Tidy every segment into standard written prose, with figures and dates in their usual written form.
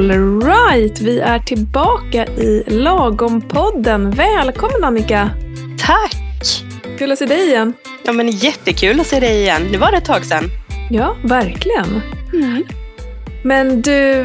All right, vi är tillbaka i Lagom-podden. Välkommen Annika! Tack! Kul att se dig igen. Ja, men jättekul att se dig igen. Det var det ett tag sedan. Ja, verkligen. Men du,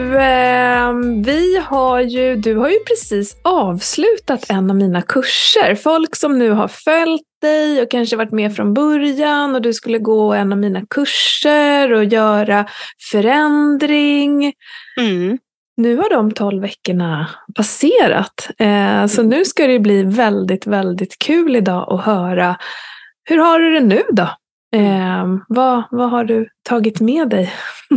du har ju precis avslutat en av mina kurser. Folk som nu har följt dig och kanske varit med från början och du skulle gå en av mina kurser och göra förändring. Nu har de 12 veckorna passerat. Så nu ska det bli väldigt, väldigt kul idag att höra. Hur har du det nu då? Vad har du tagit med dig?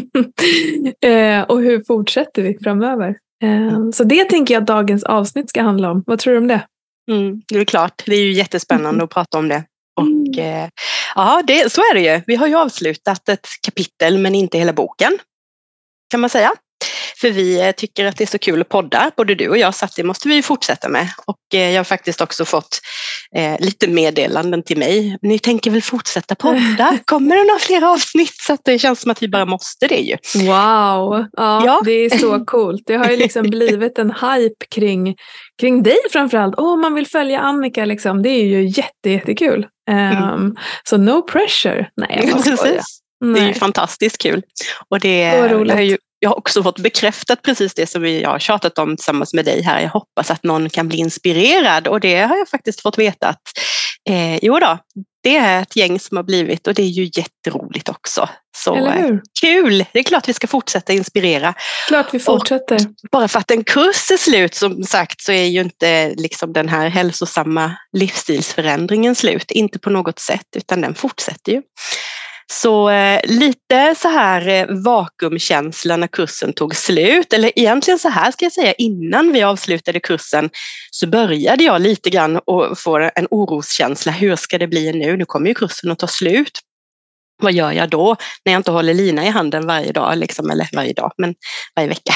Och hur fortsätter vi framöver? Så det tänker jag att dagens avsnitt ska handla om. Vad tror du om det? Det är klart. Det är ju jättespännande att prata om det. Och ja, så är det ju. Vi har ju avslutat ett kapitel men inte hela boken, kan man säga. För vi tycker att det är så kul att podda, både du och jag, så att det måste vi fortsätta med. Och jag har faktiskt också fått lite meddelanden till mig. Ni tänker väl fortsätta podda? Kommer det några fler avsnitt? Så att det känns som att vi bara måste det ju. Wow, ja. Det är så coolt. Det har ju liksom blivit en hype kring dig framförallt. Man vill följa Annika liksom. Det är ju jättekul. Så no pressure. Nej, jag skojar. Det är ju fantastiskt kul. Och jag har också fått bekräftat precis det som jag har tjatat om tillsammans med dig här. Jag hoppas att någon kan bli inspirerad, och det har jag faktiskt fått veta att det är ett gäng som har blivit, och det är ju jätteroligt också. Så kul! Det är klart vi ska fortsätta inspirera. Klart vi fortsätter. Och bara för att en kurs är slut, som sagt, så är ju inte liksom den här hälsosamma livsstilsförändringen slut. Inte på något sätt, utan den fortsätter ju. Så lite så här vakuumkänsla när kursen tog slut, eller egentligen så här ska jag säga, innan vi avslutade kursen så började jag lite grann och få en oroskänsla. Hur ska det bli nu? Nu kommer ju kursen att ta slut. Vad gör jag då när jag inte håller lina i handen varje dag, liksom, eller varje dag, men varje vecka?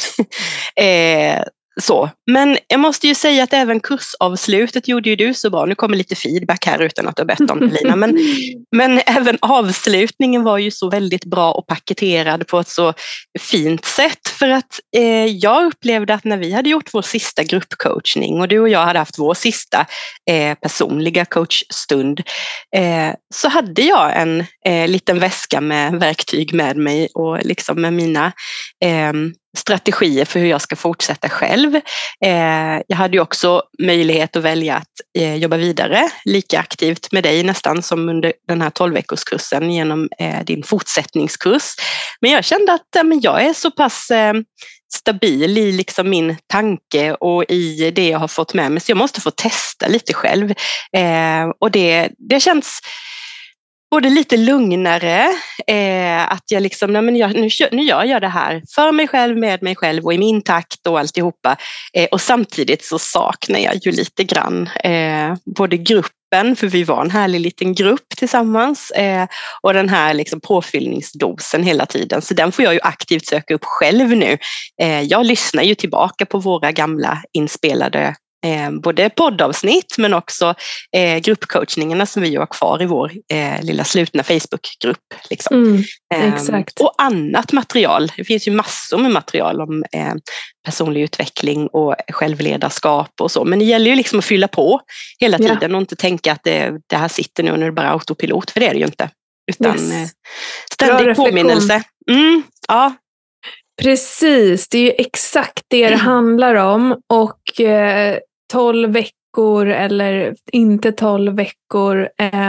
Så. Men jag måste ju säga att även kursavslutet gjorde ju du så bra. Nu kommer lite feedback här utan att du har bett om det, Lina. Men även avslutningen var ju så väldigt bra och paketerad på ett så fint sätt. För att jag upplevde att när vi hade gjort vår sista gruppcoachning och du och jag hade haft vår sista personliga coachstund, så hade jag en liten väska med verktyg med mig och liksom med mina strategier för hur jag ska fortsätta själv. Jag hade ju också möjlighet att välja att jobba vidare lika aktivt med dig nästan som under den här 12-veckorskursen genom din fortsättningskurs. Men jag kände att jag är så pass stabil i liksom min tanke och i det jag har fått med mig, så jag måste få testa lite själv. Och det känns både lite lugnare, att jag liksom, nu gör jag det här för mig själv, med mig själv och i min takt och alltihopa. Och samtidigt så saknar jag ju lite grann både gruppen, för vi var en härlig liten grupp tillsammans, och den här liksom påfyllningsdosen hela tiden. Så den får jag ju aktivt söka upp själv nu. Jag lyssnar ju tillbaka på våra gamla inspelade både poddavsnitt men också gruppcoachningarna som vi har kvar i vår lilla slutna Facebookgrupp. Liksom. Exakt. Och annat material. Det finns ju massor med material om personlig utveckling och självledarskap och så. Men det gäller ju liksom att fylla på hela tiden och inte tänka att det här sitter nu och nu är det bara autopilot, för det är det ju inte. Utan ständig påminnelse. Ja. Precis, det är ju exakt det handlar om. Och 12 veckor eller inte 12 veckor.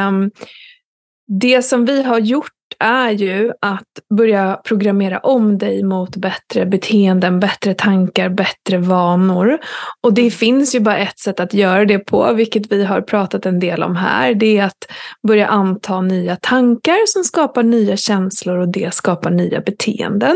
Det som vi har gjort är ju att börja programmera om dig mot bättre beteenden, bättre tankar, bättre vanor. Och det finns ju bara ett sätt att göra det på, vilket vi har pratat en del om här. Det är att börja anta nya tankar som skapar nya känslor, och det skapar nya beteenden.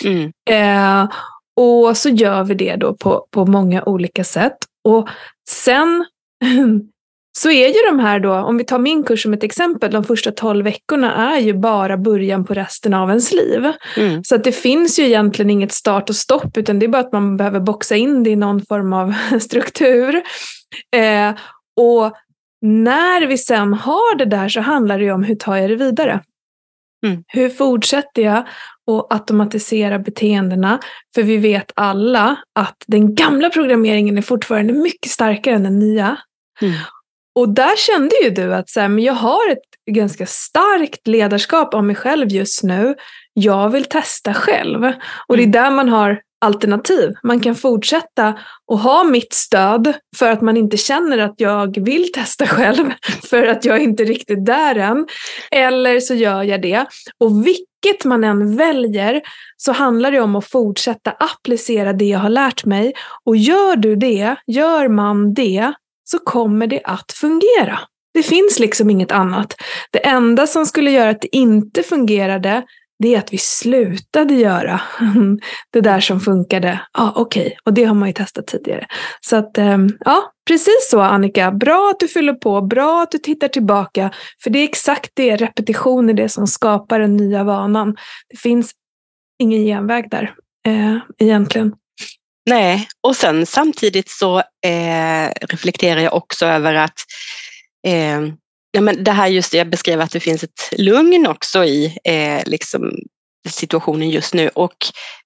Och så gör vi det då på många olika sätt. Och sen så är ju de här då, om vi tar min kurs som ett exempel, de första 12 veckorna är ju bara början på resten av ens liv. Så att det finns ju egentligen inget start och stopp, utan det är bara att man behöver boxa in det i någon form av struktur. Och när vi sen har det där så handlar det ju om hur tar jag det vidare. Hur fortsätter jag att automatisera beteendena? För vi vet alla att den gamla programmeringen är fortfarande mycket starkare än den nya. Och där kände ju du att men jag har ett ganska starkt ledarskap av mig själv just nu. Jag vill testa själv. Och det är där man har alternativ. Man kan fortsätta och ha mitt stöd för att man inte känner att jag vill testa själv för att jag inte är riktigt där än. Eller så gör jag det. Och vilket man än väljer så handlar det om att fortsätta applicera det jag har lärt mig. Och gör man det så kommer det att fungera. Det finns liksom inget annat. Det enda som skulle göra att det inte fungerade, det är att vi slutade göra det där som funkade. Okej. Och det har man ju testat tidigare. Så att, precis så Annika. Bra att du fyller på. Bra att du tittar tillbaka. För det är exakt det, repetition är det som skapar den nya vanan. Det finns ingen genväg där egentligen. Nej, och sen samtidigt så reflekterar jag också över att men det här just det, jag beskrev att det finns ett lugn också i liksom situationen just nu, och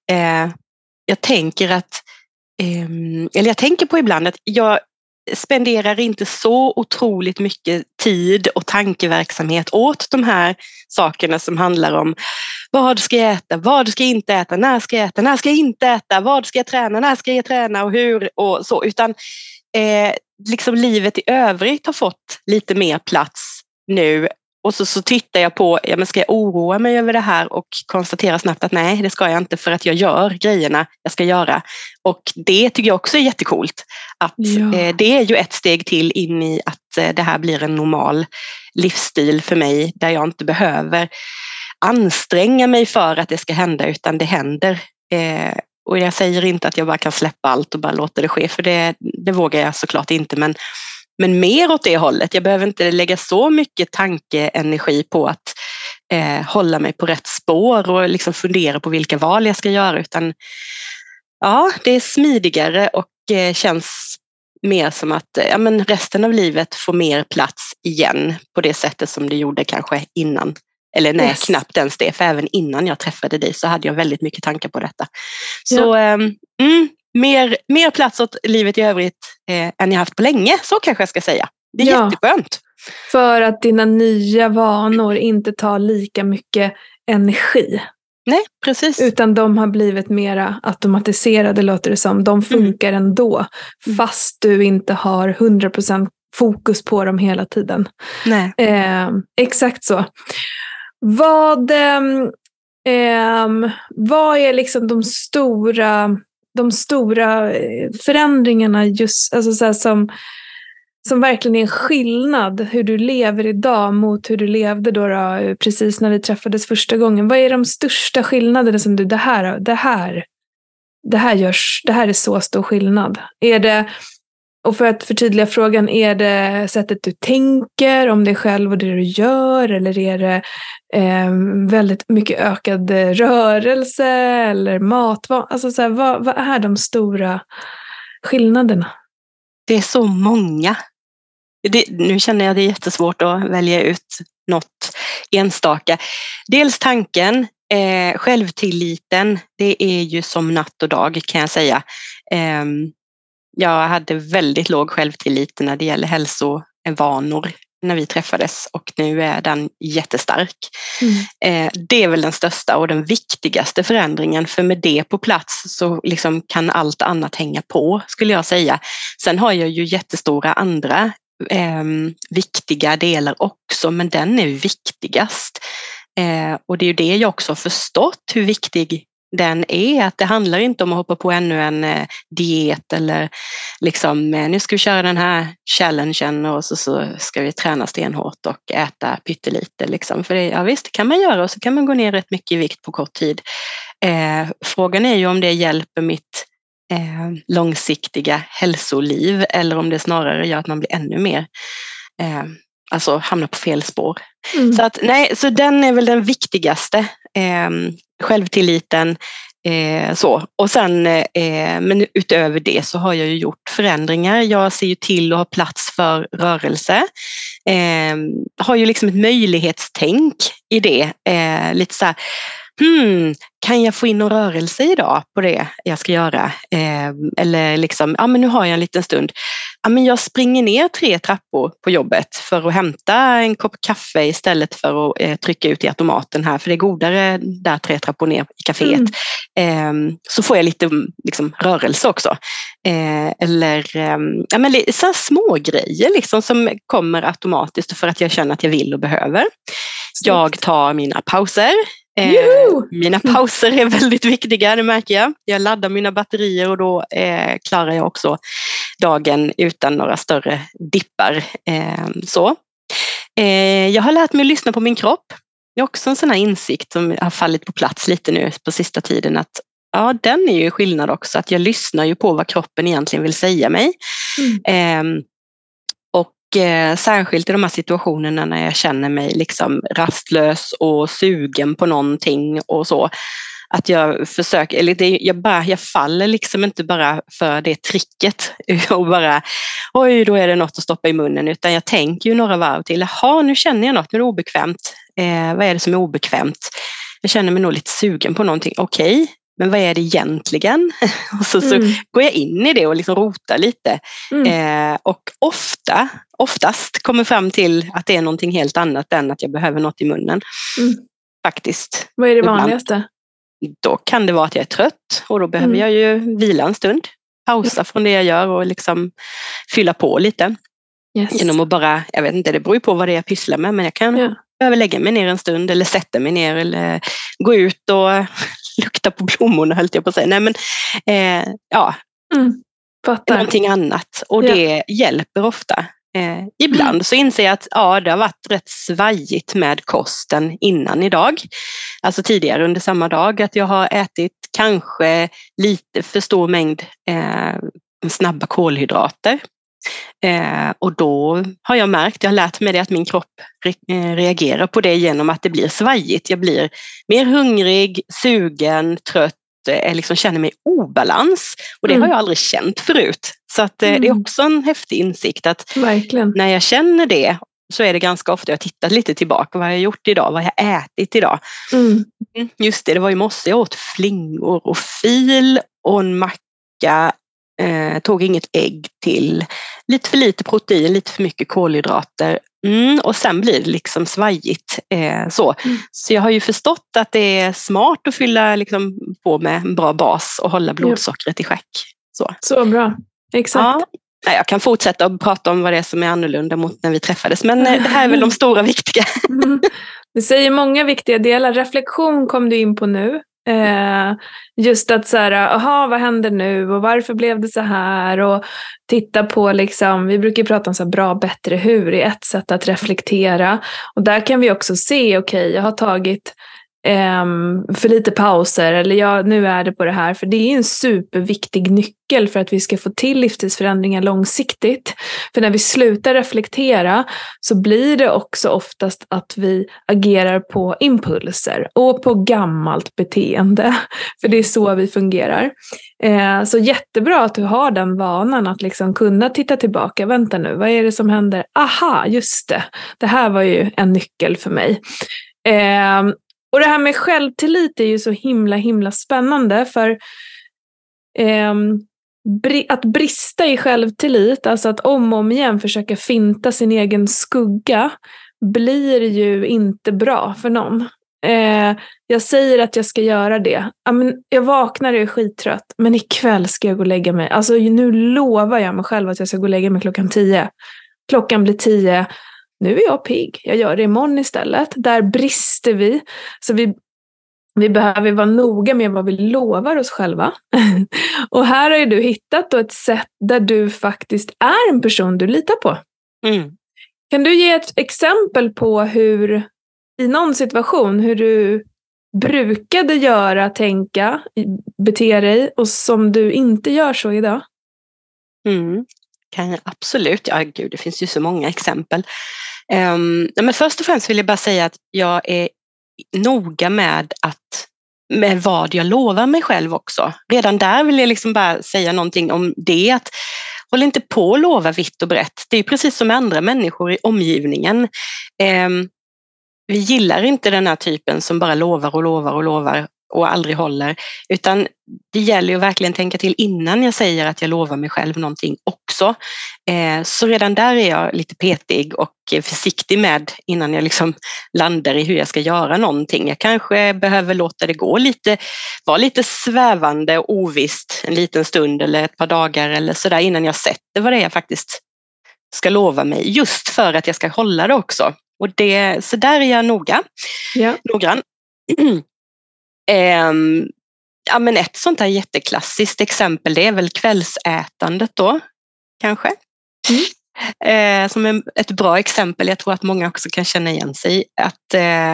jag tänker att eller jag tänker på ibland att jag spenderar inte så otroligt mycket tid och tankeverksamhet åt de här sakerna som handlar om vad ska jag äta, vad ska jag inte äta, när ska jag äta, när ska jag inte äta, vad ska jag träna, när ska jag träna och hur och så, utan liksom livet i övrigt har fått lite mer plats nu. Och så tittar jag på, men ska jag oroa mig över det här och konstatera snabbt att nej, det ska jag inte, för att jag gör grejerna jag ska göra. Och det tycker jag också är jättekult. Att det är ju ett steg till in i att det här blir en normal livsstil för mig, där jag inte behöver anstränga mig för att det ska hända, utan det händer. Och jag säger inte att jag bara kan släppa allt och bara låta det ske, för det vågar jag såklart inte, men mer åt det hållet. Jag behöver inte lägga så mycket tankeenergi på att hålla mig på rätt spår och liksom fundera på vilka val jag ska göra, utan det är smidigare och känns mer som att men resten av livet får mer plats igen på det sättet som det gjorde kanske innan. Eller nej, knappt ens det, för även innan jag träffade dig så hade jag väldigt mycket tankar på detta. Så mer plats åt livet i övrigt än jag haft på länge, så kanske jag ska säga. Det är jätteskönt. För att dina nya vanor inte tar lika mycket energi. Nej, precis. Utan de har blivit mera automatiserade, låter det som. De funkar ändå, fast du inte har 100% fokus på dem hela tiden. Nej. Exakt så. Vad är liksom de stora förändringarna just, alltså så här, som verkligen är en skillnad hur du lever idag mot hur du levde då precis när vi träffades första gången? Vad är de största skillnaderna som det här är så stor skillnad? Är det, och för att förtydliga frågan, är det sättet du tänker om dig själv och det du gör, eller är det väldigt mycket ökad rörelse eller matval? Alltså så här, vad är de stora skillnaderna? Det är så många. Nu känner jag det är jättesvårt att välja ut något enstaka. Dels tanken, självtilliten, det är ju som natt och dag, kan jag säga. Jag hade väldigt låg självtillit när det gäller hälsovanor när vi träffades, och nu är den jättestark. Det är väl den största och den viktigaste förändringen, för med det på plats så liksom kan allt annat hänga på, skulle jag säga. Sen har jag ju jättestora andra viktiga delar också, men den är viktigast. Och det är ju det jag också har förstått, hur viktig den är, att det handlar inte om att hoppa på ännu en diet eller liksom, nu ska vi köra den här challengen och så ska vi träna stenhårt och äta pyttelite liksom. För det, visst, det kan man göra, och så kan man gå ner rätt mycket i vikt på kort tid. Frågan är ju om det hjälper mitt långsiktiga hälsoliv, eller om det snarare gör att man blir ännu mer alltså hamnar på fel spår. Så den är väl den viktigaste. Självtilliten, Så. Och sen, men utöver det så har jag ju gjort förändringar. Jag ser ju till att ha plats för rörelse. Har ju liksom ett möjlighetstänk i det. Lite så här, kan jag få in någon rörelse idag på det jag ska göra? Eller liksom, men nu har jag en liten stund. Men jag springer ner 3 trappor på jobbet för att hämta en kopp kaffe istället för att trycka ut i automaten här, för det är godare där 3 trappor ner i kaféet. Så får jag lite liksom, rörelse också. Eller så här små grejer liksom, som kommer automatiskt för att jag känner att jag vill och behöver. Jag tar mina pauser. Mina pauser är väldigt viktiga, det märker jag. Jag laddar mina batterier och då klarar jag också dagen utan några större dippar. Jag har lärt mig att lyssna på min kropp. Det är också en sån här insikt som har fallit på plats lite nu på sista tiden, att den är ju skillnad också, att jag lyssnar ju på vad kroppen egentligen vill säga mig. Särskilt i de här situationerna när jag känner mig liksom rastlös och sugen på någonting och så, att jag försöker, eller jag faller liksom inte bara för det tricket och bara oj, då är det något att stoppa i munnen, utan jag tänker ju några varv till. Nu känner jag något, nu är det obekvämt. Vad är det som är obekvämt? Jag känner mig nog lite sugen på någonting. Okej. Men vad är det egentligen? Och så går jag in i det och liksom rotar lite. Och oftast kommer fram till att det är någonting helt annat än att jag behöver något i munnen. Faktiskt. Vad är det vanligaste? Då kan det vara att jag är trött och då behöver jag ju vila en stund. Pausa från det jag gör och liksom fylla på lite. Yes. Genom att bara, jag vet inte, det beror ju på vad det är jag pysslar med, men jag kan behöva lägga mig ner en stund eller sätta mig ner eller gå ut och lukta på blommorna, höll jag på att säga. Nej, men någonting annat. Och det hjälper ofta. Ibland så inser jag att det har varit rätt svajigt med kosten innan idag. Alltså tidigare under samma dag, att jag har ätit kanske lite för stor mängd snabba kolhydrater. Och då har jag lärt mig det, att min kropp reagerar på det genom att det blir svajigt. Jag blir mer hungrig, sugen, trött, liksom känner mig obalans. Och det har jag aldrig känt förut. Så att, det är också en häftig insikt att när jag känner det så är det ganska ofta jag tittar lite tillbaka. Vad har jag gjort idag? Vad har jag ätit idag? Just det var i morse. Jag åt flingor och fil och en macka. Tog inget ägg till. Lite för lite protein, lite för mycket kolhydrater. Och sen blir det liksom svajigt. Så jag har ju förstått att det är smart att fylla liksom på med en bra bas och hålla blodsockret i schack. Så bra, exakt. Ja, jag kan fortsätta att prata om vad det är som är annorlunda mot när vi träffades. Men det här är väl de stora viktiga. Du säger många viktiga delar. Reflektion kom du in på nu. Just att så här, vad händer nu och varför blev det så här, och titta på liksom, vi brukar prata om så här, bra, bättre, hur är ett sätt att reflektera, och där kan vi också se, jag har tagit för lite pauser, eller nu är det på det här, för det är en superviktig nyckel för att vi ska få till livsstilsförändringar långsiktigt. För när vi slutar reflektera så blir det också oftast att vi agerar på impulser och på gammalt beteende, för det är så vi fungerar. Så jättebra att du har den vanan att liksom kunna titta tillbaka, vänta nu, vad är det som händer? Aha, just det här var ju en nyckel för mig. Och det här med självtillit är ju så himla spännande, för att brista i självtillit, alltså att om och om igen försöka finta sin egen skugga, blir ju inte bra för någon. Jag säger att jag ska göra det. Jag vaknar och är skittrött, men ikväll ska jag gå och lägga mig. Alltså nu lovar jag mig själv att jag ska gå och lägga mig 10:00. Klockan blir 10. Nu är jag pigg. Jag gör det imorgon istället. Där brister vi. Så vi behöver vara noga med vad vi lovar oss själva. Och här har ju du hittat då ett sätt där du faktiskt är en person du litar på. Kan du ge ett exempel på hur, i någon situation, hur du brukade göra, tänka, bete dig, och som du inte gör så idag? Kan jag absolut. Ja, gud, det finns ju så många exempel. Men först och främst vill jag bara säga att jag är noga med att med vad jag lovar mig själv också. Redan där vill jag liksom bara säga någonting om det, att håll inte på att lova vitt och brett. Det är precis som med andra människor i omgivningen. Vi gillar inte den här typen som bara lovar och lovar och lovar och aldrig håller, utan det gäller ju verkligen tänka till innan jag säger att jag lovar mig själv någonting också. Så redan där är jag lite petig och försiktig med innan jag liksom landar i hur jag ska göra någonting. Jag kanske behöver låta det gå lite, vara lite svävande och ovisst en liten stund eller ett par dagar eller sådär innan jag sätter vad det är jag faktiskt ska lova mig, just för att jag ska hålla det också. Och det, så där är jag noggrann. Ja, men ett sånt här jätteklassiskt exempel, det är väl kvällsätandet då, kanske. Som ett bra exempel, jag tror att många också kan känna igen sig, att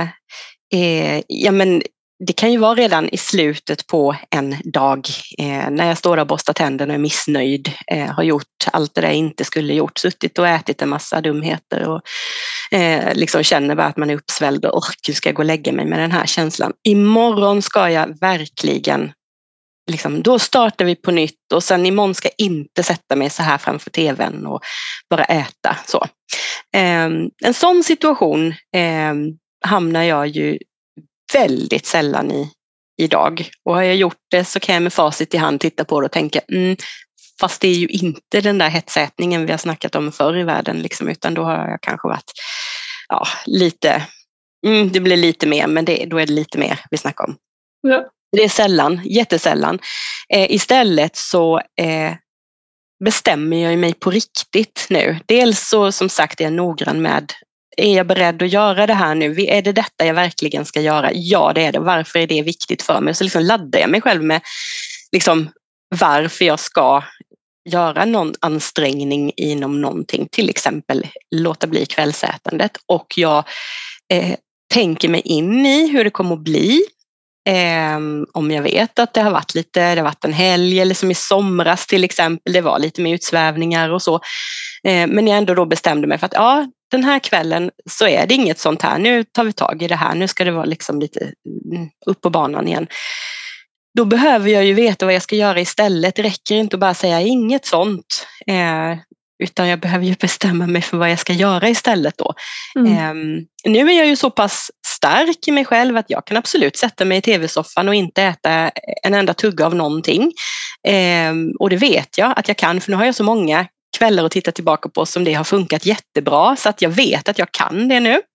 ja, men det kan ju vara redan i slutet på en dag, när jag står där och borstar tänderna och är missnöjd, har gjort allt det där jag inte skulle gjort, suttit och ätit en massa dumheter och liksom känner bara att man är uppsvälld och hur ska jag gå och lägga mig med den här känslan. Imorgon ska jag verkligen, liksom, då startar vi på nytt, och sen imorgon ska jag inte sätta mig så här framför tvn och bara äta. Så. En sån situation hamnar jag ju väldigt sällan i idag. Och har jag gjort det så kan jag med facit i hand titta på det och tänka, fast det är ju inte den där hetsätningen vi har snackat om förr i världen, liksom, utan då har jag kanske varit lite, det blir lite mer, men då är det lite mer vi snackar om. Ja. Det är sällan, jättesällan. Istället så bestämmer jag mig på riktigt nu. Dels så, som sagt, är jag noggrann med, är jag beredd att göra det här nu? Är det detta jag verkligen ska göra? Ja, det är det. Varför är det viktigt för mig? Så liksom laddar jag mig själv med liksom varför jag ska göra någon ansträngning inom någonting. Till exempel låta bli kvällsätandet. Och jag tänker mig in i hur det kommer att bli. Om jag vet att det har varit en helg, eller som i somras till exempel, det var lite med utsvävningar och så. Men jag ändå då bestämde mig för att den här kvällen så är det inget sånt här. Nu tar vi tag i det här. Nu ska det vara liksom lite upp på banan igen. Då behöver jag ju veta vad jag ska göra istället. Det räcker inte att bara säga inget sånt. Utan jag behöver ju bestämma mig för vad jag ska göra istället då. Nu är jag ju så pass stark i mig själv att jag kan absolut sätta mig i tv-soffan och inte äta en enda tugga av någonting. Och det vet jag att jag kan, för nu har jag så många kvällar att titta tillbaka på som det har funkat jättebra, så att jag vet att jag kan det nu.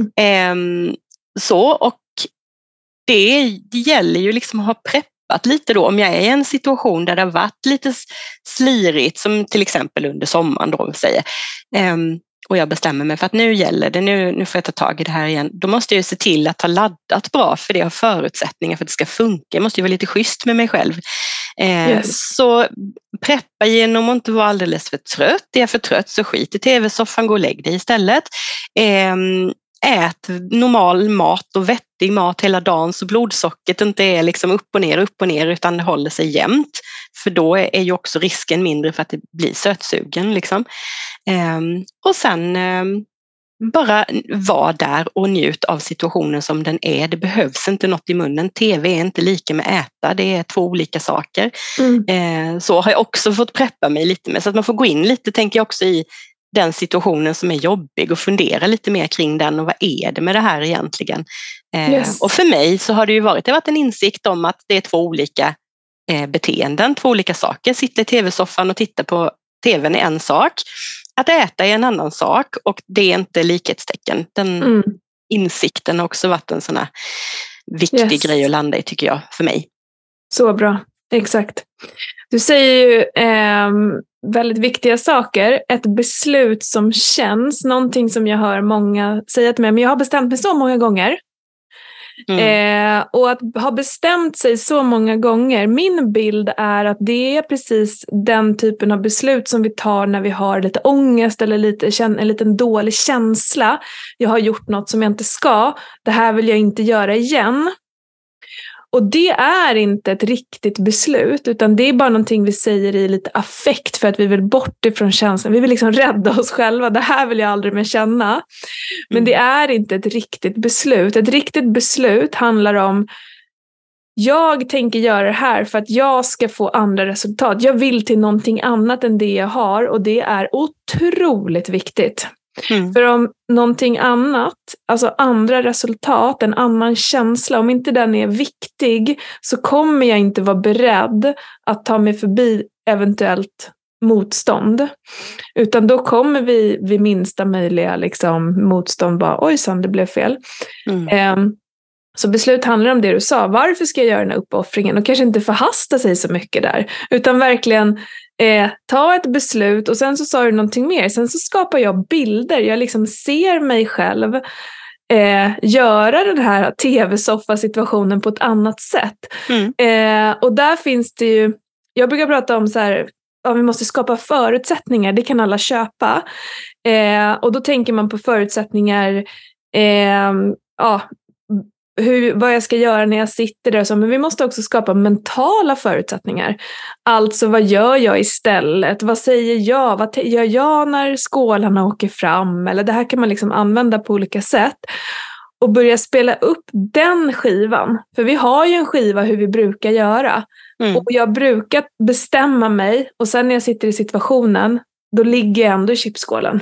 Och det gäller ju liksom att ha preppat lite då, om jag är i en situation där det har varit lite slirigt, som till exempel under sommaren då, säger, och jag bestämmer mig för att nu gäller det, nu får jag ta tag i det här igen. Då måste jag se till att ha laddat bra, för det har förutsättningar för att det ska funka. Jag måste ju vara lite schysst med mig själv. Så preppa genom att inte vara alldeles för trött. Är jag för trött så skit i tv-soffan, gå och lägg dig istället. Ät normal mat och vettig mat hela dagen, så blodsockret inte är liksom upp och ner, utan det håller sig jämnt. För då är ju också risken mindre för att det blir sötsugen. Liksom. Och sen bara vara där och njut av situationen som den är. Det behövs inte något i munnen. TV är inte lika med äta. Det är två olika saker. Så har jag också fått preppa mig lite med. Så att man får gå in lite, tänker jag också, i den situationen som är jobbig och fundera lite mer kring den, och vad är det med det här egentligen? Och för mig så har det varit en insikt om att det är två olika beteenden, två olika saker. Sitta i tv-soffan och titta på tvn är en sak. Att äta är en annan sak, och det är inte likhetstecken. Den insikten har också varit en sån här viktig grej att landa i, tycker jag, för mig. Så bra, exakt. Du säger ju väldigt viktiga saker. Ett beslut som känns, någonting som jag hör många säga till mig, men jag har bestämt mig så många gånger. Och att ha bestämt sig så många gånger, min bild är att det är precis den typen av beslut som vi tar när vi har lite ångest eller en liten dålig känsla. Jag har gjort något som jag inte ska, det här vill jag inte göra igen. Och det är inte ett riktigt beslut, utan det är bara någonting vi säger i lite affekt för att vi vill bort ifrån känslan. Vi vill liksom rädda oss själva. Det här vill jag aldrig mer känna. Men det är inte ett riktigt beslut. Ett riktigt beslut handlar om, jag tänker göra det här för att jag ska få andra resultat. Jag vill till någonting annat än det jag har, och det är otroligt viktigt. För om någonting annat, alltså andra resultat, en annan känsla, om inte den är viktig, så kommer jag inte vara beredd att ta mig förbi eventuellt motstånd. Utan då kommer vi vid minsta möjliga liksom, motstånd bara, ojsan, det blev fel. Så beslut handlar om det du sa. Varför ska jag göra den här uppoffringen? Och kanske inte förhasta sig så mycket där. Utan verkligen ta ett beslut, och sen så sa du någonting mer. Sen så skapar jag bilder. Jag liksom ser mig själv göra den här tv-soffa-situationen på ett annat sätt. Och där finns det ju, jag brukar prata om så här, ja, vi måste skapa förutsättningar. Det kan alla köpa. Och då tänker man på förutsättningar, vad jag ska göra när jag sitter där och så, men vi måste också skapa mentala förutsättningar. Alltså, vad gör jag istället? Vad säger jag? Vad gör jag när skålarna åker fram? Eller det här kan man liksom använda på olika sätt. Och börja spela upp den skivan. För vi har ju en skiva hur vi brukar göra. Och jag brukar bestämma mig, och sen när jag sitter i situationen, då ligger jag ändå i chipsskålen.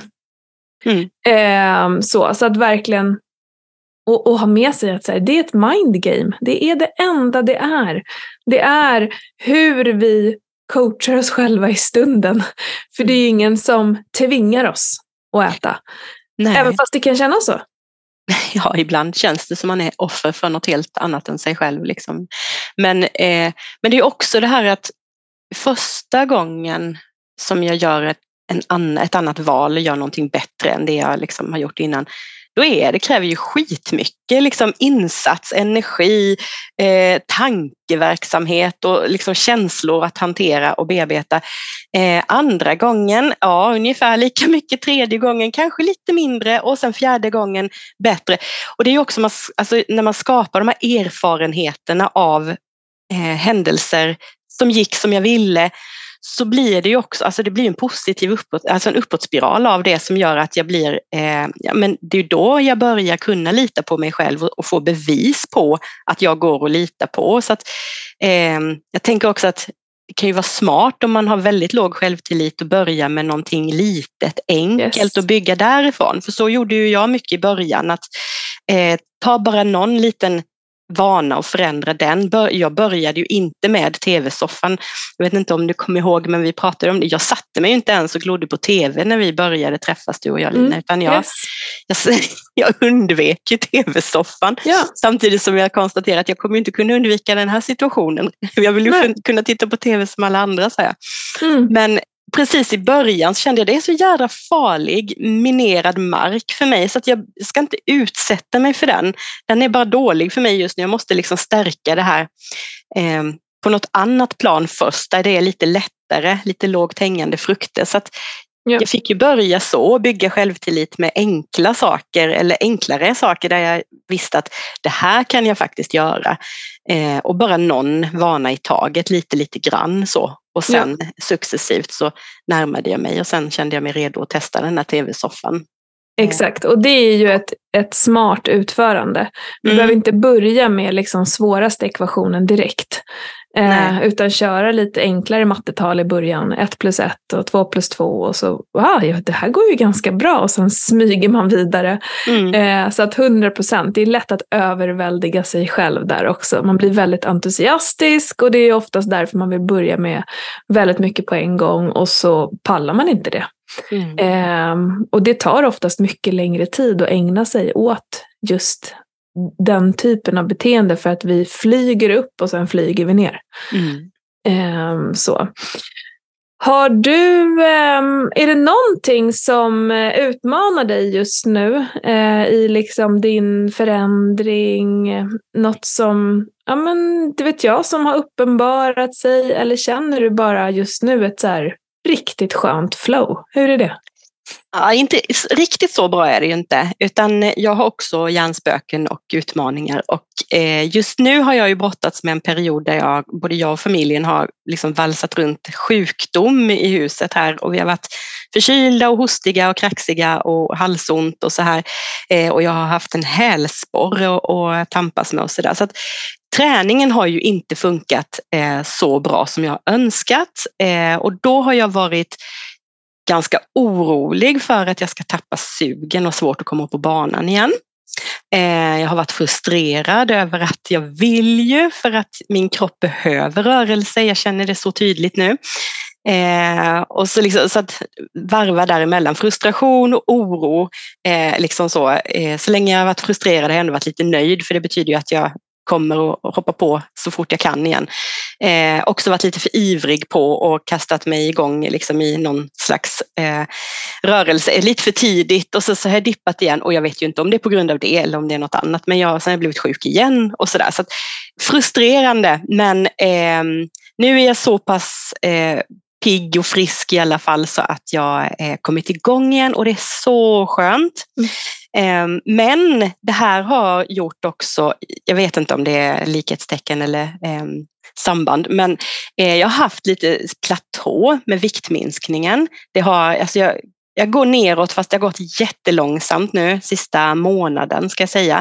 Så att verkligen och ha med sig att så här, det är ett mindgame. Det är det enda det är. Det är hur vi coachar oss själva i stunden. För det är ingen som tvingar oss att äta. Nej. Även fast det kan kännas så. Ja, ibland känns det som man är offer för något helt annat än sig själv. Liksom. Men det är också det här att första gången som jag gör ett annat val och gör någonting bättre än det jag liksom har gjort innan, då det kräver ju skitmycket liksom insats, energi, tankeverksamhet och liksom känslor att hantera och bearbeta. Andra gången, ja, ungefär lika mycket. Tredje gången kanske lite mindre, och sen fjärde gången bättre. Och det är ju också alltså, när man skapar de här erfarenheterna av händelser som gick som jag ville, så blir det ju också, alltså det blir en positiv en uppåtspiral av det som gör att jag blir, men det är då jag börjar kunna lita på mig själv och få bevis på att jag går och lita på. Så att jag tänker också att det kan ju vara smart om man har väldigt låg självtillit och börja med någonting litet, enkelt och bygga därifrån. För så gjorde ju jag mycket i början, att ta bara någon liten vana och förändra den. Jag började ju inte med tv-soffan. Jag vet inte om du kommer ihåg, men vi pratade om det. Jag satte mig ju inte ens och glodde på tv när vi började träffas, du och jag, Lina, utan jag undvek ju tv-soffan. Ja. Samtidigt som jag konstaterade att jag kommer inte kunna undvika den här situationen. Jag vill ju kunna titta på tv som alla andra, så här. Men precis i början så kände jag, det är så jävla farlig, minerad mark för mig, så att jag ska inte utsätta mig för den. Den är bara dålig för mig just nu. Jag måste liksom stärka det här på något annat plan först, där det är lite lättare, lite lågt hängande frukter. Så att jag fick ju börja så, bygga självtillit med enkla saker, eller enklare saker där jag visste att det här kan jag faktiskt göra. Och bara någon vana i taget, lite grann så. Och sen successivt så närmade jag mig, och sen kände jag mig redo att testa den här tv-soffan. Exakt, och det är ju ett smart utförande. Vi behöver inte börja med liksom svåraste ekvationen direkt. Utan köra lite enklare mattetal i början. 1+1 och 2+2. Och så, det här går ju ganska bra. Och sen smyger man vidare. Så att 100%, det är lätt att överväldiga sig själv där också. Man blir väldigt entusiastisk. Och det är oftast därför man vill börja med väldigt mycket på en gång. Och så pallar man inte det. Och det tar oftast mycket längre tid att ägna sig åt just den typen av beteende, för att vi flyger upp och sen flyger vi ner. Så. Har du, är det någonting som utmanar dig just nu i liksom din förändring? Något som, det vet jag, som har uppenbarat sig, eller känner du bara just nu ett så här riktigt skönt flow? Hur är det? Ja, inte riktigt så bra är det ju inte, utan jag har också hjärnspöken och utmaningar och just nu har jag ju brottats med en period där både jag och familjen har liksom valsat runt sjukdom i huset här och vi har varit förkylda och hostiga och kraxiga och halsont och så här och jag har haft en hälsporre och tampas med och så där, så att träningen har ju inte funkat så bra som jag önskat och då har jag varit ganska orolig för att jag ska tappa sugen och svårt att komma upp på banan igen. Jag har varit frustrerad över att jag vill ju för att min kropp behöver rörelse. Jag känner det så tydligt nu. Och så, liksom, så att varva däremellan frustration och oro. Liksom så länge jag har varit frustrerad har jag ändå varit lite nöjd för det betyder ju att jag kommer att hoppa på så fort jag kan igen. Också varit lite för ivrig på och kastat mig igång liksom i någon slags rörelse lite för tidigt och så har jag dippat igen och jag vet ju inte om det är på grund av det eller om det är något annat men sen har jag blivit sjuk igen och sådär. Så att, frustrerande men nu är jag så pass pigg och frisk i alla fall så att jag kommit igång igen och det är så skönt. Men det här har gjort också, jag vet inte om det är likhetstecken eller samband, men jag har haft lite platå med viktminskningen. Jag går neråt fast det har gått jättelångsamt nu, sista månaden ska jag säga.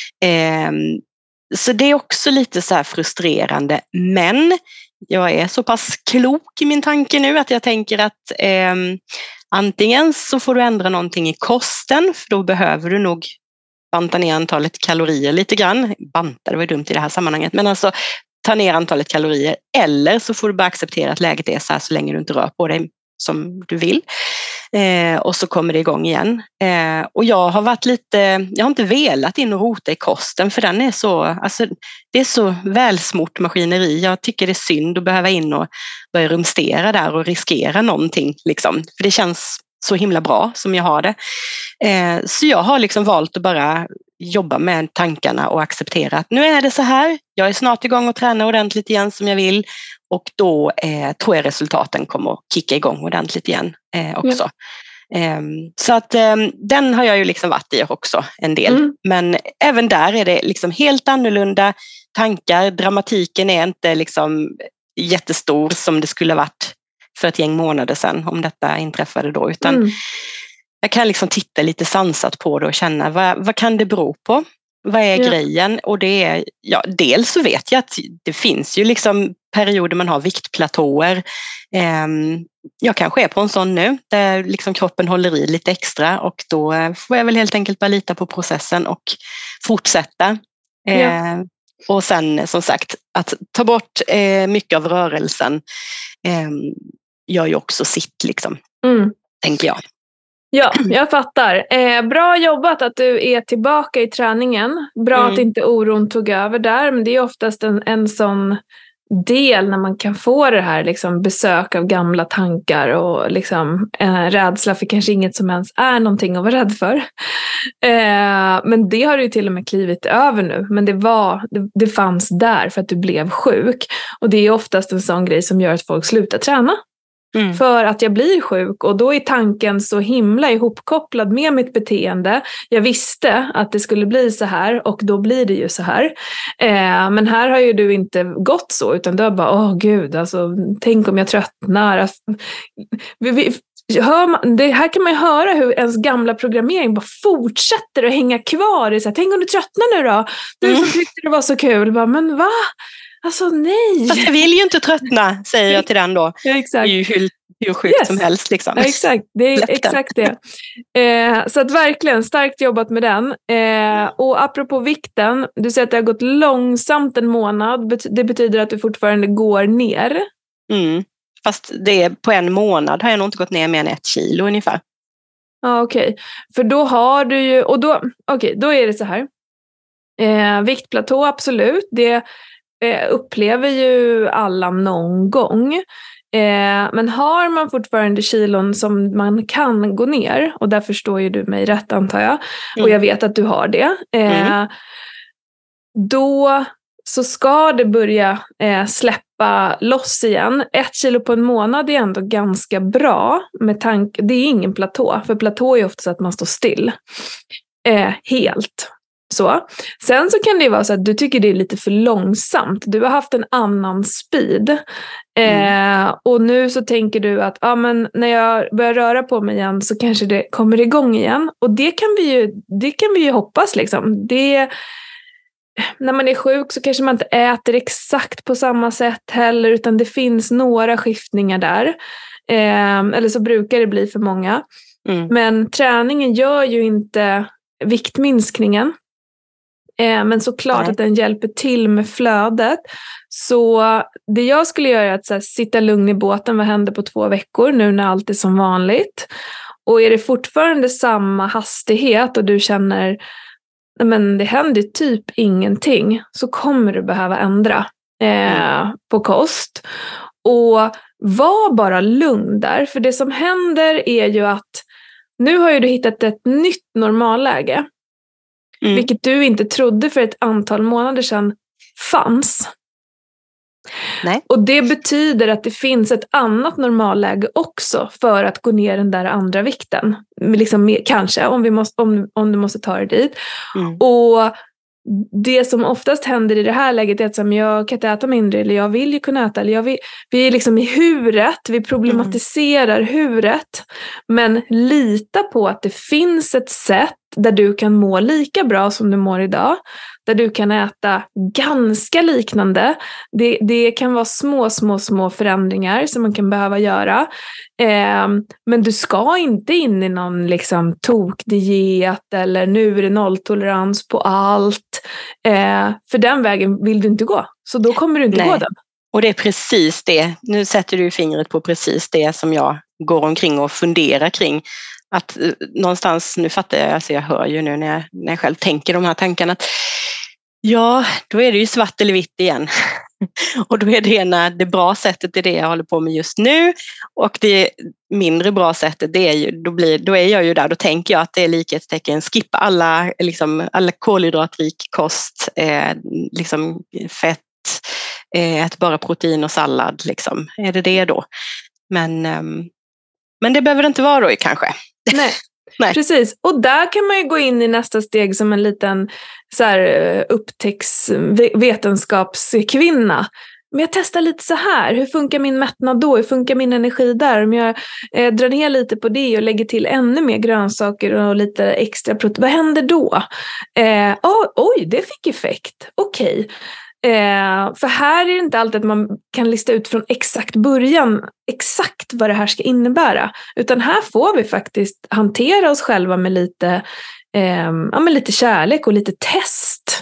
Så det är också lite så här frustrerande, men jag är så pass klok i min tanke nu att jag tänker att antingen så får du ändra någonting i kosten för då behöver du nog banta ner antalet kalorier lite grann. Banta, det var ju dumt i det här sammanhanget, men alltså ta ner antalet kalorier eller så får du bara acceptera att läget är så här så länge du inte rör på dig som du vill. Och så kommer det igång igen. Och jag har inte velat in och rota i kosten för den är så, alltså det är så välsmort maskineri. Jag tycker det är synd att behöva in och börja rumstera där och riskera någonting liksom. För det känns så himla bra som jag har det. Så jag har liksom valt att bara jobba med tankarna och acceptera att nu är det så här. Jag är snart igång och tränar ordentligt igen som jag vill. Och då tror jag resultaten kommer att kicka igång ordentligt igen också. Ja. Så att den har jag ju liksom varit i också en del. Men även där är det liksom helt annorlunda tankar. Dramatiken är inte liksom jättestor som det skulle ha varit för ett gäng månader sedan om detta inträffade då. Utan jag kan liksom titta lite sansat på det och känna vad kan det bero på? Vad är grejen? Och det är, dels så vet jag att det finns ju liksom perioder man har viktplatåer. Jag kanske är på en sån nu där liksom kroppen håller i lite extra och då får jag väl helt enkelt bara lita på processen och fortsätta. Och sen som sagt att ta bort mycket av rörelsen gör ju också sitt liksom, tänker jag. Ja, jag fattar. Bra jobbat att du är tillbaka i träningen. Bra att inte oron tog över där. Men det är oftast en sån del när man kan få det här liksom, besök av gamla tankar och liksom, rädsla för kanske inget som ens är någonting att vara rädd för. Men det har du ju till och med klivit över nu. Men det fanns där för att du blev sjuk. Och det är oftast en sån grej som gör att folk slutar träna. För att jag blir sjuk och då är tanken så himla ihopkopplad med mitt beteende. Jag visste att det skulle bli så här och då blir det ju så här. Men här har ju du inte gått så utan du har bara, gud, alltså, tänk om jag tröttnar. Här kan man ju höra hur ens gamla programmering bara fortsätter att hänga kvar. Det så här, tänk om du tröttnar nu då? Du som tyckte det var så kul. Bara, men va? Alltså nej. Fast jag vill ju inte tröttna, säger jag till den då. Ja, exakt. Det är ju hur sjukt som helst. Liksom. Ja, exakt. Det är exakt det. Så att verkligen starkt jobbat med den. Och apropå vikten, du säger att det har gått långsamt en månad. Det betyder att du fortfarande går ner. Fast det är på en månad har jag nog inte gått ner mer än 1 kilo ungefär. Ja, okej. För då har du ju, och då är det så här. Viktplatå, absolut. Det upplever ju alla någon gång. Men har man fortfarande kilon som man kan gå ner, och där förstår ju du mig rätt antar jag, och jag vet att du har det, då så ska det börja släppa släppa loss igen. 1 kilo på en månad är ändå ganska bra. Det är ingen platå. För platå är ofta så att man står still. Helt. Så. Sen så kan det ju vara så att du tycker det är lite för långsamt. Du har haft en annan speed. Och nu så tänker du att men när jag börjar röra på mig igen så kanske det kommer igång igen. Och det kan vi ju hoppas liksom. När man är sjuk så kanske man inte äter exakt på samma sätt heller, utan det finns några skiftningar där. Eller så brukar det bli för många. Men träningen gör ju inte viktminskningen. Men såklart att den hjälper till med flödet. Så det jag skulle göra är att så här, sitta lugn i båten. Vad händer på 2 veckor nu när allt är som vanligt? Och är det fortfarande samma hastighet och du känner men det händer typ ingenting, så kommer du behöva ändra på kost. Och var bara lugn där. För det som händer är ju att nu har ju du hittat ett nytt normalläge. Vilket du inte trodde för ett antal månader sedan fanns. Nej. Och det betyder att det finns ett annat normalläge också för att gå ner den där andra vikten. Liksom, kanske, om du måste ta det dit. Och det som oftast händer i det här läget är att jag kan inte äta mindre, eller jag vill ju kunna äta, eller vi är liksom i huret, vi problematiserar huret, men lita på att det finns ett sätt där du kan må lika bra som du mår idag, där du kan äta ganska liknande. Det kan vara små förändringar som man kan behöva göra. Men du ska inte in i någon liksom tokdiet eller nu är det nolltolerans på allt. För den vägen vill du inte gå. Så då kommer du inte gå den. Och det är precis det. Nu sätter du fingret på precis det som jag går omkring och funderar kring. Att någonstans, nu fattar jag, alltså jag hör ju nu när jag själv tänker de här tankarna att då är det ju svart eller vitt igen. Och då är det bra sättet är det jag håller på med just nu, och det mindre bra sättet det är ju, då är jag ju där, då tänker jag att det är likhetstecken, skippa alla kolhydratrik kost, liksom fett, ät bara protein och sallad liksom. Är det då? Men det behöver det inte vara då kanske. Nej. Precis. Och där kan man ju gå in i nästa steg som en liten så här, vetenskapskvinna. Men jag testar lite så här. Hur funkar min mättnad då? Hur funkar min energi där? Om jag drar ner lite på det och lägger till ännu mer grönsaker och lite extra protein. Vad händer då? Oj, det fick effekt. Okej. För här är det inte alltid att man kan lista ut från exakt början exakt vad det här ska innebära, utan här får vi faktiskt hantera oss själva med lite, med lite kärlek och lite test.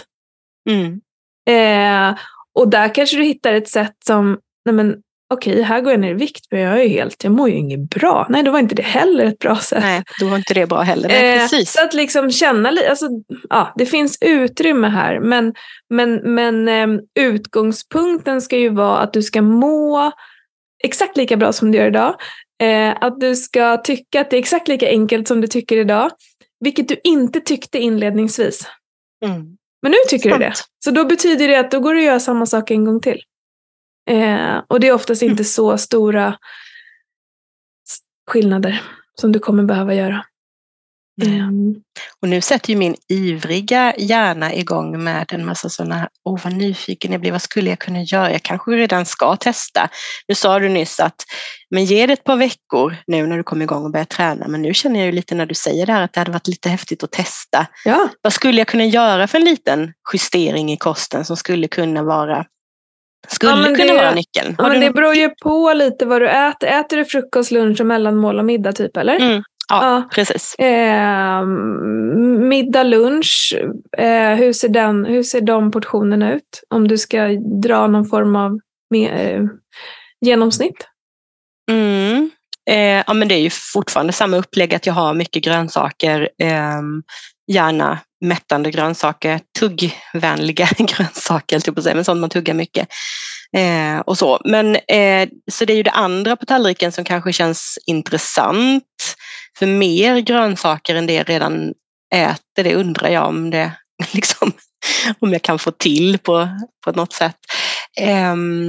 Och där kanske du hittar ett sätt som okej, här går jag ner i vikt, men jag mår ju inget bra. Nej, då var inte det heller ett bra sätt. Nej, då var inte det bra heller. Nej, precis. Så att liksom känna lite, alltså, det finns utrymme här, men utgångspunkten ska ju vara att du ska må exakt lika bra som du gör idag. Att du ska tycka att det är exakt lika enkelt som du tycker idag, vilket du inte tyckte inledningsvis. Men nu tycker du det. Så då betyder det att då går du att göra samma sak en gång till. Och det är oftast inte så stora skillnader som du kommer behöva göra. Och nu sätter ju min ivriga hjärna igång med en massa sådana här, vad nyfiken jag blir, vad skulle jag kunna göra? Jag kanske redan ska testa. Nu sa du nyss att, men ge det ett par veckor nu när du kommer igång och börjar träna. Men nu känner jag ju lite när du säger det här att det hade varit lite häftigt att testa. Ja. Vad skulle jag kunna göra för en liten justering i kosten som skulle kunna vara nyckeln? Men det beror ju på lite vad du äter. Äter du frukost, lunch och mellanmål och middag typ, eller? Ja, precis. Middag, lunch, hur ser de portionerna ut? Om du ska dra någon form av genomsnitt? Men det är ju fortfarande samma upplägg, att jag har mycket grönsaker, gärna mättande grönsaker, tuggvänliga grönsaker, typ på sig, men sånt man tuggar mycket. Och så. Men, så det är ju det andra på tallriken som kanske känns intressant. För mer grönsaker än det jag redan äter, det undrar jag om det liksom, om jag kan få till på något sätt.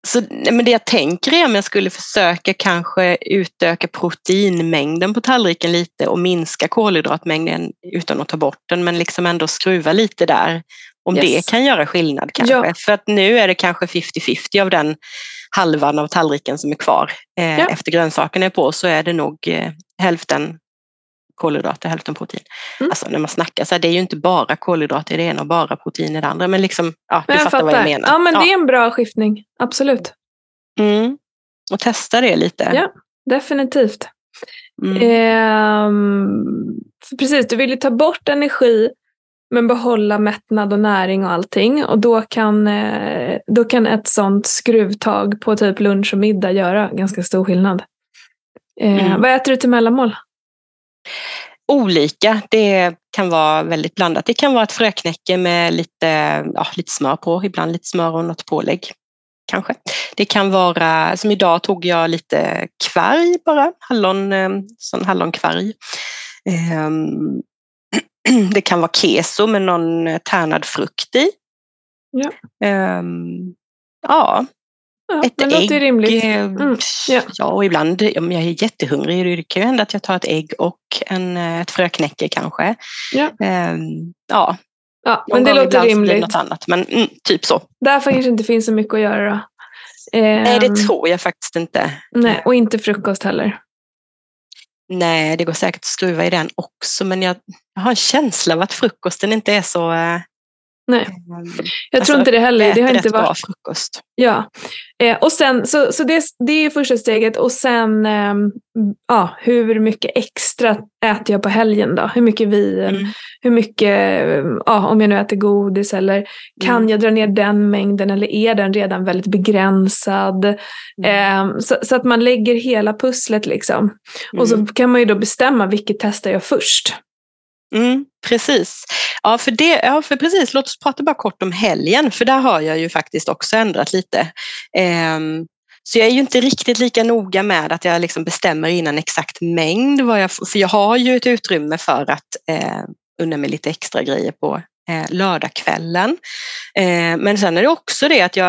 Men det jag tänker är om jag skulle försöka kanske utöka proteinmängden på tallriken lite och minska kolhydratmängden utan att ta bort den, men liksom ändå skruva lite där. Om det kan göra skillnad kanske. Ja. För att nu är det kanske 50-50 av den halvan av tallriken som är kvar. Efter grönsakerna är på så är det nog hälften kolhydrater, hälften protein. Alltså när man snackar så här, det är ju inte bara kolhydrater i det ena och bara protein i det andra. Men liksom, du fattar vad jag menar. Ja, men det är en bra skiftning. Absolut. Och testa det lite. Ja, definitivt. Precis, du vill ju ta bort energi men behålla mättnad och näring och allting. Och då kan ett sånt skruvtag på typ lunch och middag göra ganska stor skillnad. Vad äter du till mellanmål? Olika, det kan vara väldigt blandat. Det kan vara ett fröknäcke med lite smör på, ibland lite smör och något pålägg kanske. Det kan vara, som idag tog jag lite kvarg bara, hallonkvarg. Det kan vara keso med någon tärnad frukt i. Ja. Ett men ägg. Låter rimligt. Ja, och ibland om jag är jättehungrig, det kan ju hända att jag tar ett ägg och ett fröknäcke kanske. Men det låter rimligt. Något annat, men typ så. Därför kanske inte finns så mycket att göra då. Nej, det tror jag faktiskt inte. Nej, och inte frukost heller. Nej, det går säkert att skruva i den också, men jag har en känsla av att frukosten inte är så... Nej, jag tror inte det heller. Det har inte varit bra frukost. Ja, och sen så det är första steget, och sen hur mycket extra äter jag på helgen då? Hur mycket vin? Hur mycket, om jag nu äter godis, eller kan jag dra ner den mängden, eller är den redan väldigt begränsad? Så att man lägger hela pusslet liksom. Och så kan man ju då bestämma vilket testar jag först. Precis. För precis, låt oss prata bara kort om helgen, för där har jag ju faktiskt också ändrat lite. Så jag är ju inte riktigt lika noga med att jag liksom bestämmer innan exakt mängd för jag har ju ett utrymme för att unna mig lite extra grejer på lördagskvällen. Men sen är det också det att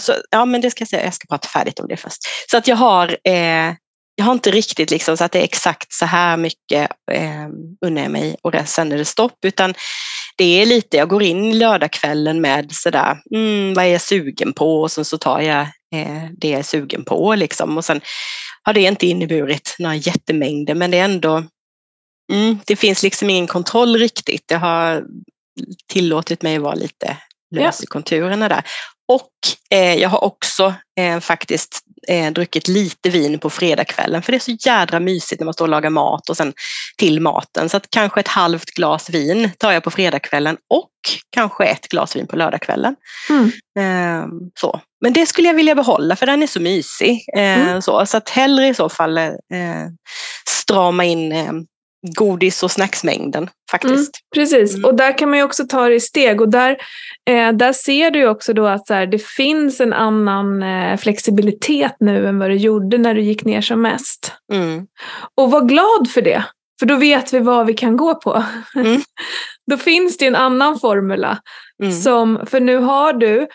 jag ska prata färdigt om det först. Så att jag har inte riktigt liksom så att det är exakt så här mycket unnar mig och sen är det stopp, utan det är lite, jag går in lördagskvällen med sådär, vad är jag sugen på, och sen så tar jag det jag är sugen på liksom, och sen har det inte inneburit några jättemängder, men det är ändå det finns liksom ingen kontroll riktigt. Det har tillåtit mig vara lite lös i konturerna där. Och jag har också faktiskt druckit lite vin på fredagskvällen, för det är så jädra mysigt när man står och lagar mat och sen till maten. Så att kanske ett halvt glas vin tar jag på fredagskvällen och kanske ett glas vin på lördagskvällen. Så. Men det skulle jag vilja behålla, för den är så mysig. Så att hellre i så fall strama in godis- och snacksmängden faktiskt. Precis, och där kan man ju också ta det i steg, och där ser du ju också då att så här, det finns en annan flexibilitet nu än vad du gjorde när du gick ner som mest. Och var glad för det, för då vet vi vad vi kan gå på. Då finns det en annan formula för nu har du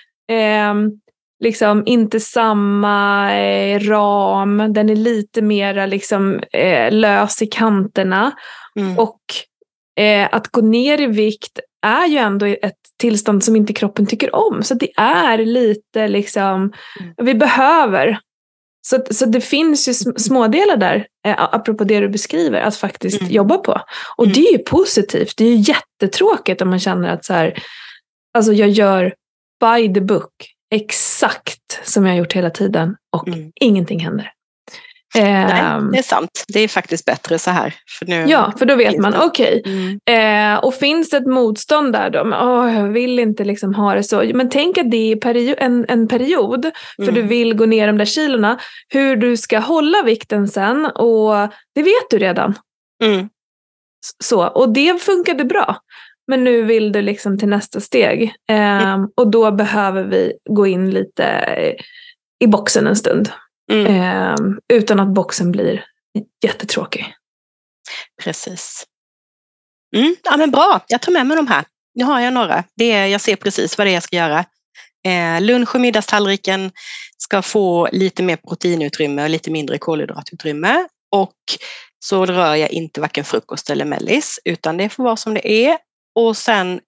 liksom inte samma ram, den är lite mera liksom lös i kanterna, och att gå ner i vikt är ju ändå ett tillstånd som inte kroppen tycker om, så det är lite liksom vi behöver, så det finns ju smådelar där, apropå det du beskriver, att faktiskt jobba på, och det är ju positivt. Det är ju jättetråkigt om man känner att så här, alltså jag gör by the book exakt som jag har gjort hela tiden och ingenting händer. Nej, det är sant. Det är faktiskt bättre så här. För då vet man, okej. Och finns det ett motstånd där då? Jag vill inte liksom ha det så. Men tänk att det är en period, för du vill gå ner de där kilorna. Hur du ska hålla vikten sen, och det vet du redan. Så, och det funkade bra. Men nu vill du liksom till nästa steg. Och då behöver vi gå in lite i boxen en stund. Utan att boxen blir jättetråkig. Precis. Ja, men bra, jag tar med mig de här. Nu har jag några. Jag ser precis vad det är jag ska göra. Lunch- och middagstallriken ska få lite mer proteinutrymme och lite mindre kolhydratutrymme. Och så rör jag inte varken frukost eller mellis, utan det får vara som det är. Och sen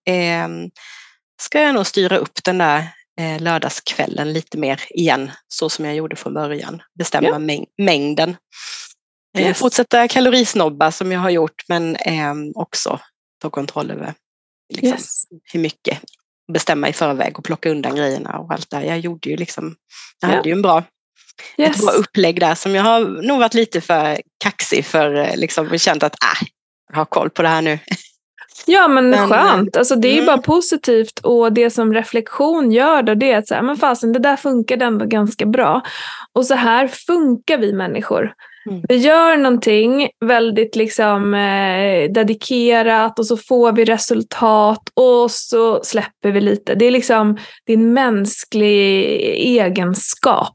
ska jag nog styra upp den där lördagskvällen lite mer igen, så som jag gjorde från början. Bestämma mängden. Fortsätta kalorisnobba som jag har gjort, men också ta kontroll över liksom, hur mycket. Bestämma i förväg och plocka undan grejerna och allt där. Jag gjorde ju liksom, jag hade ju ett bra upplägg där som jag har nog varit lite för kaxig för liksom känt att jag har koll på det här nu. Ja, men skönt. Alltså, det är ju bara positivt, och det som reflektion gör då, det är att så här, men fasen, det där funkar ändå ganska bra. Och så här funkar vi människor. Vi gör någonting väldigt liksom dedikerat, och så får vi resultat, och så släpper vi lite. Det är liksom, det är en mänsklig egenskap.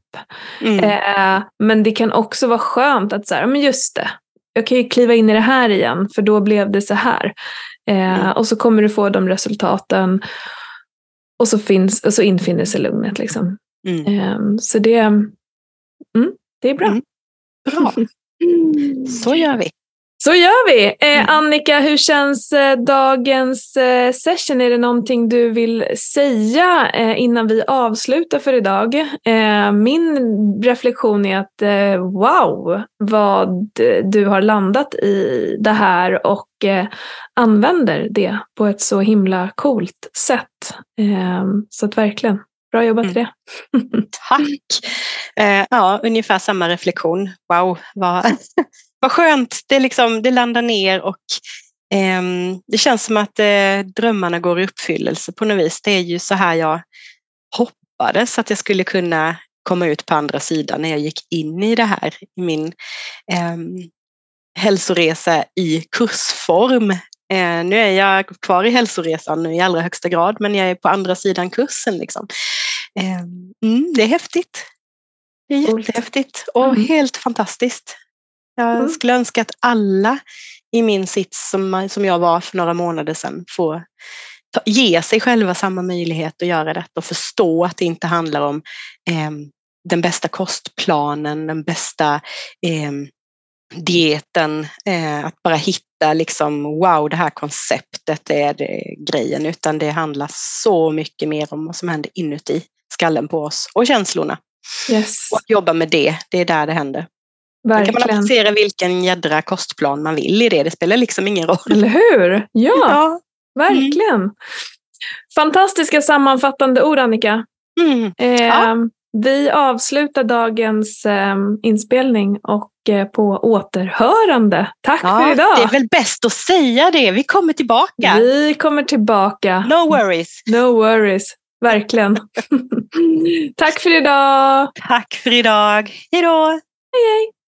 Men det kan också vara skönt att så här, men just det, jag kan ju kliva in i det här igen, för då blev det så här. Och så kommer du få de resultaten, och så infinner sig lugnet liksom. Så det är bra. Bra. Så gör vi. Så gör vi. Annika, hur känns dagens session? Är det någonting du vill säga innan vi avslutar för idag? Min reflektion är att wow, vad du har landat i det här och använder det på ett så himla coolt sätt. Så att verkligen, bra jobbat till det. Tack. Ja, ungefär samma reflektion. Wow, vad skönt. Det landar ner, och det känns som att drömmarna går i uppfyllelse på något vis. Det är ju så här jag hoppades att jag skulle kunna komma ut på andra sidan när jag gick in i det här, i min hälsoresa i kursform. Nu är jag kvar i hälsoresan i allra högsta grad, men jag är på andra sidan kursen liksom. Det är häftigt. Det är jättehäftigt och helt fantastiskt. Jag skulle önska att alla i min sits som jag var för några månader sedan får ge sig själva samma möjlighet att göra detta, och förstå att det inte handlar om den bästa kostplanen, den bästa dieten, att bara hitta liksom, wow, det här konceptet är det grejen, utan det handlar så mycket mer om vad som händer inuti skallen på oss och känslorna. Och att jobba med det är där det händer. Verkligen. Kan man applicera vilken jädra kostplan man vill i det spelar liksom ingen roll. Eller hur? Ja. Verkligen. Fantastiska sammanfattande ord, Annika. Vi avslutar dagens inspelning och på återhörande. Tack för idag. Det är väl bäst att säga det. Vi kommer tillbaka. No worries. Verkligen. Tack för idag. Tack för idag. Hej då. Hej.